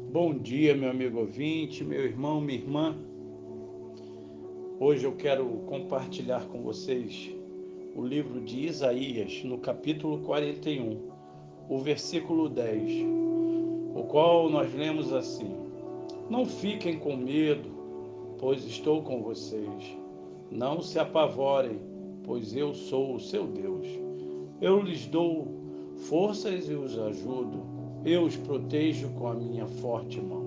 Bom dia, meu amigo ouvinte, meu irmão, minha irmã. Hoje eu quero compartilhar com vocês o livro de Isaías, no capítulo 41, o versículo 10, o qual nós lemos assim: Não fiquem com medo, pois estou com vocês. Não se apavorem, pois eu sou o seu Deus. Eu lhes dou forças e os ajudo. Eu os protejo com a minha forte mão.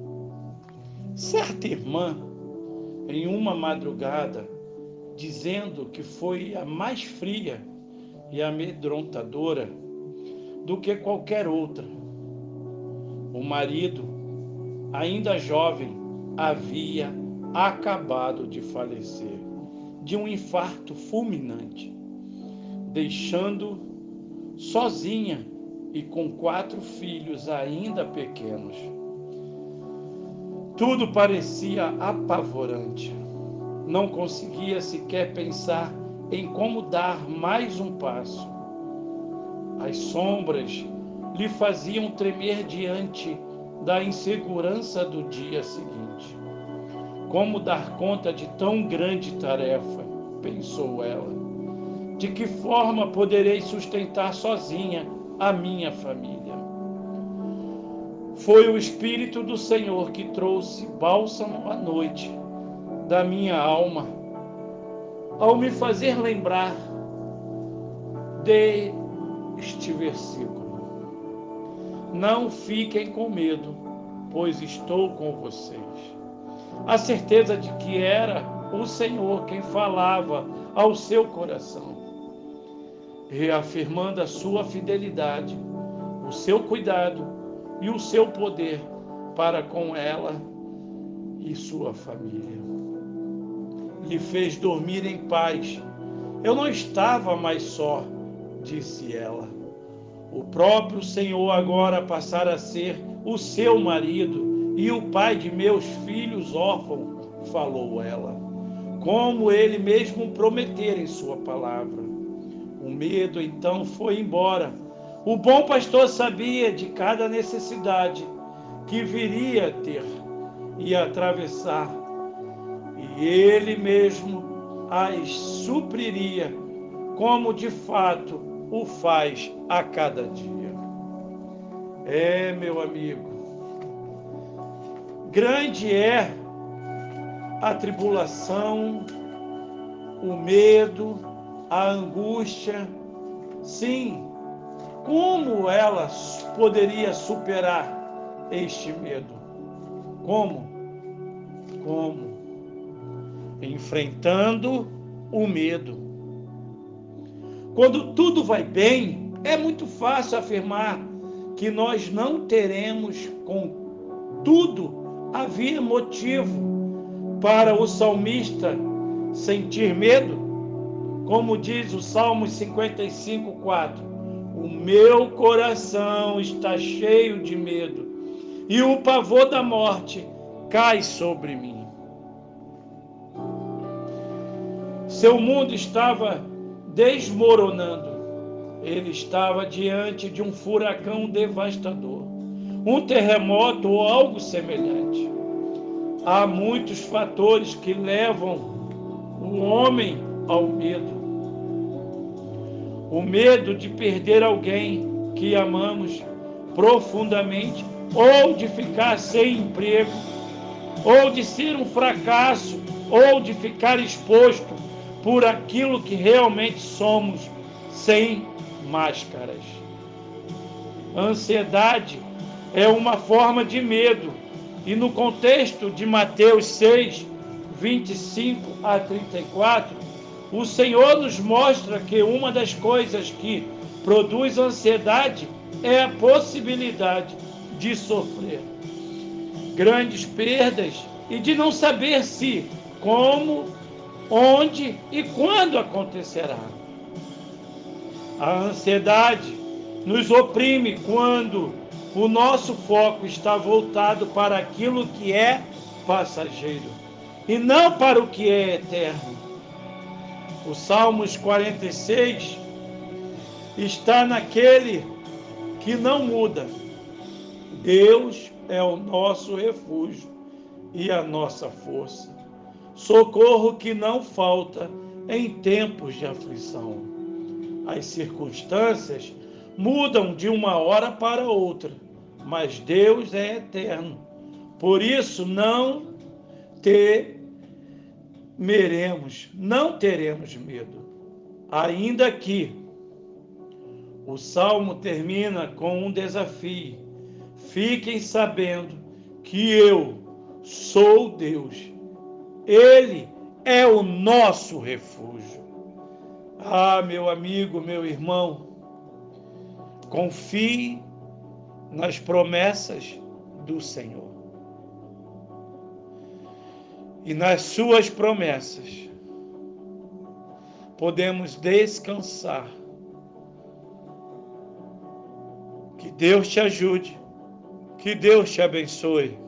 Certa irmã, em uma madrugada, dizendo que foi a mais fria e amedrontadora do que qualquer outra. O marido, ainda jovem, havia acabado de falecer de um infarto fulminante, deixando sozinha e com 4 filhos ainda pequenos. Tudo parecia apavorante. Não conseguia sequer pensar em como dar mais um passo. As sombras lhe faziam tremer diante da insegurança do dia seguinte. Como dar conta de tão grande tarefa? Pensou ela. De que forma poderei sustentar sozinha a minha família? Foi o Espírito do Senhor que trouxe bálsamo à noite da minha alma, ao me fazer lembrar deste versículo. Não fiquem com medo, pois estou com vocês. A certeza de que era o Senhor quem falava ao seu coração, reafirmando a sua fidelidade, o seu cuidado e o seu poder para com ela e sua família. Lhe fez dormir em paz. Eu não estava mais só, disse ela. O próprio Senhor agora passara a ser o seu marido e o pai de meus filhos órfãos, falou ela, como ele mesmo prometera em sua palavra. O medo então foi embora. O bom pastor sabia de cada necessidade que viria a ter e atravessar, e ele mesmo as supriria, como de fato o faz a cada dia. Meu amigo, grande é a tribulação, o medo, a angústia. Sim, como ela poderia superar este medo? Como? Como? Enfrentando o medo. Quando tudo vai bem, é muito fácil afirmar que nós não teremos, contudo, havia motivo para o salmista sentir medo, como diz o Salmo 55:4. O meu coração está cheio de medo, e o pavor da morte cai sobre mim. Seu mundo estava desmoronando. Ele estava diante de um furacão devastador, um terremoto ou algo semelhante. Há muitos fatores que levam o homem ao medo. O medo de perder alguém que amamos profundamente, ou de ficar sem emprego, ou de ser um fracasso, ou de ficar exposto por aquilo que realmente somos, sem máscaras. A ansiedade é uma forma de medo, e no contexto de Mateus 6, 25 a 34, o Senhor nos mostra que uma das coisas que produz ansiedade é a possibilidade de sofrer grandes perdas e de não saber se, como, onde e quando acontecerá. A ansiedade nos oprime quando o nosso foco está voltado para aquilo que é passageiro e não para o que é eterno. O Salmos 46 está naquele que não muda. Deus é o nosso refúgio e a nossa força, socorro que não falta em tempos de aflição. As circunstâncias mudam de uma hora para outra, mas Deus é eterno. Por isso não teremos medo. Ainda que o salmo termina com um desafio. Fiquem sabendo que eu sou Deus. Ele é o nosso refúgio. Ah, meu amigo, meu irmão, confie nas promessas do Senhor. E nas suas promessas podemos descansar. Que Deus te ajude, que Deus te abençoe.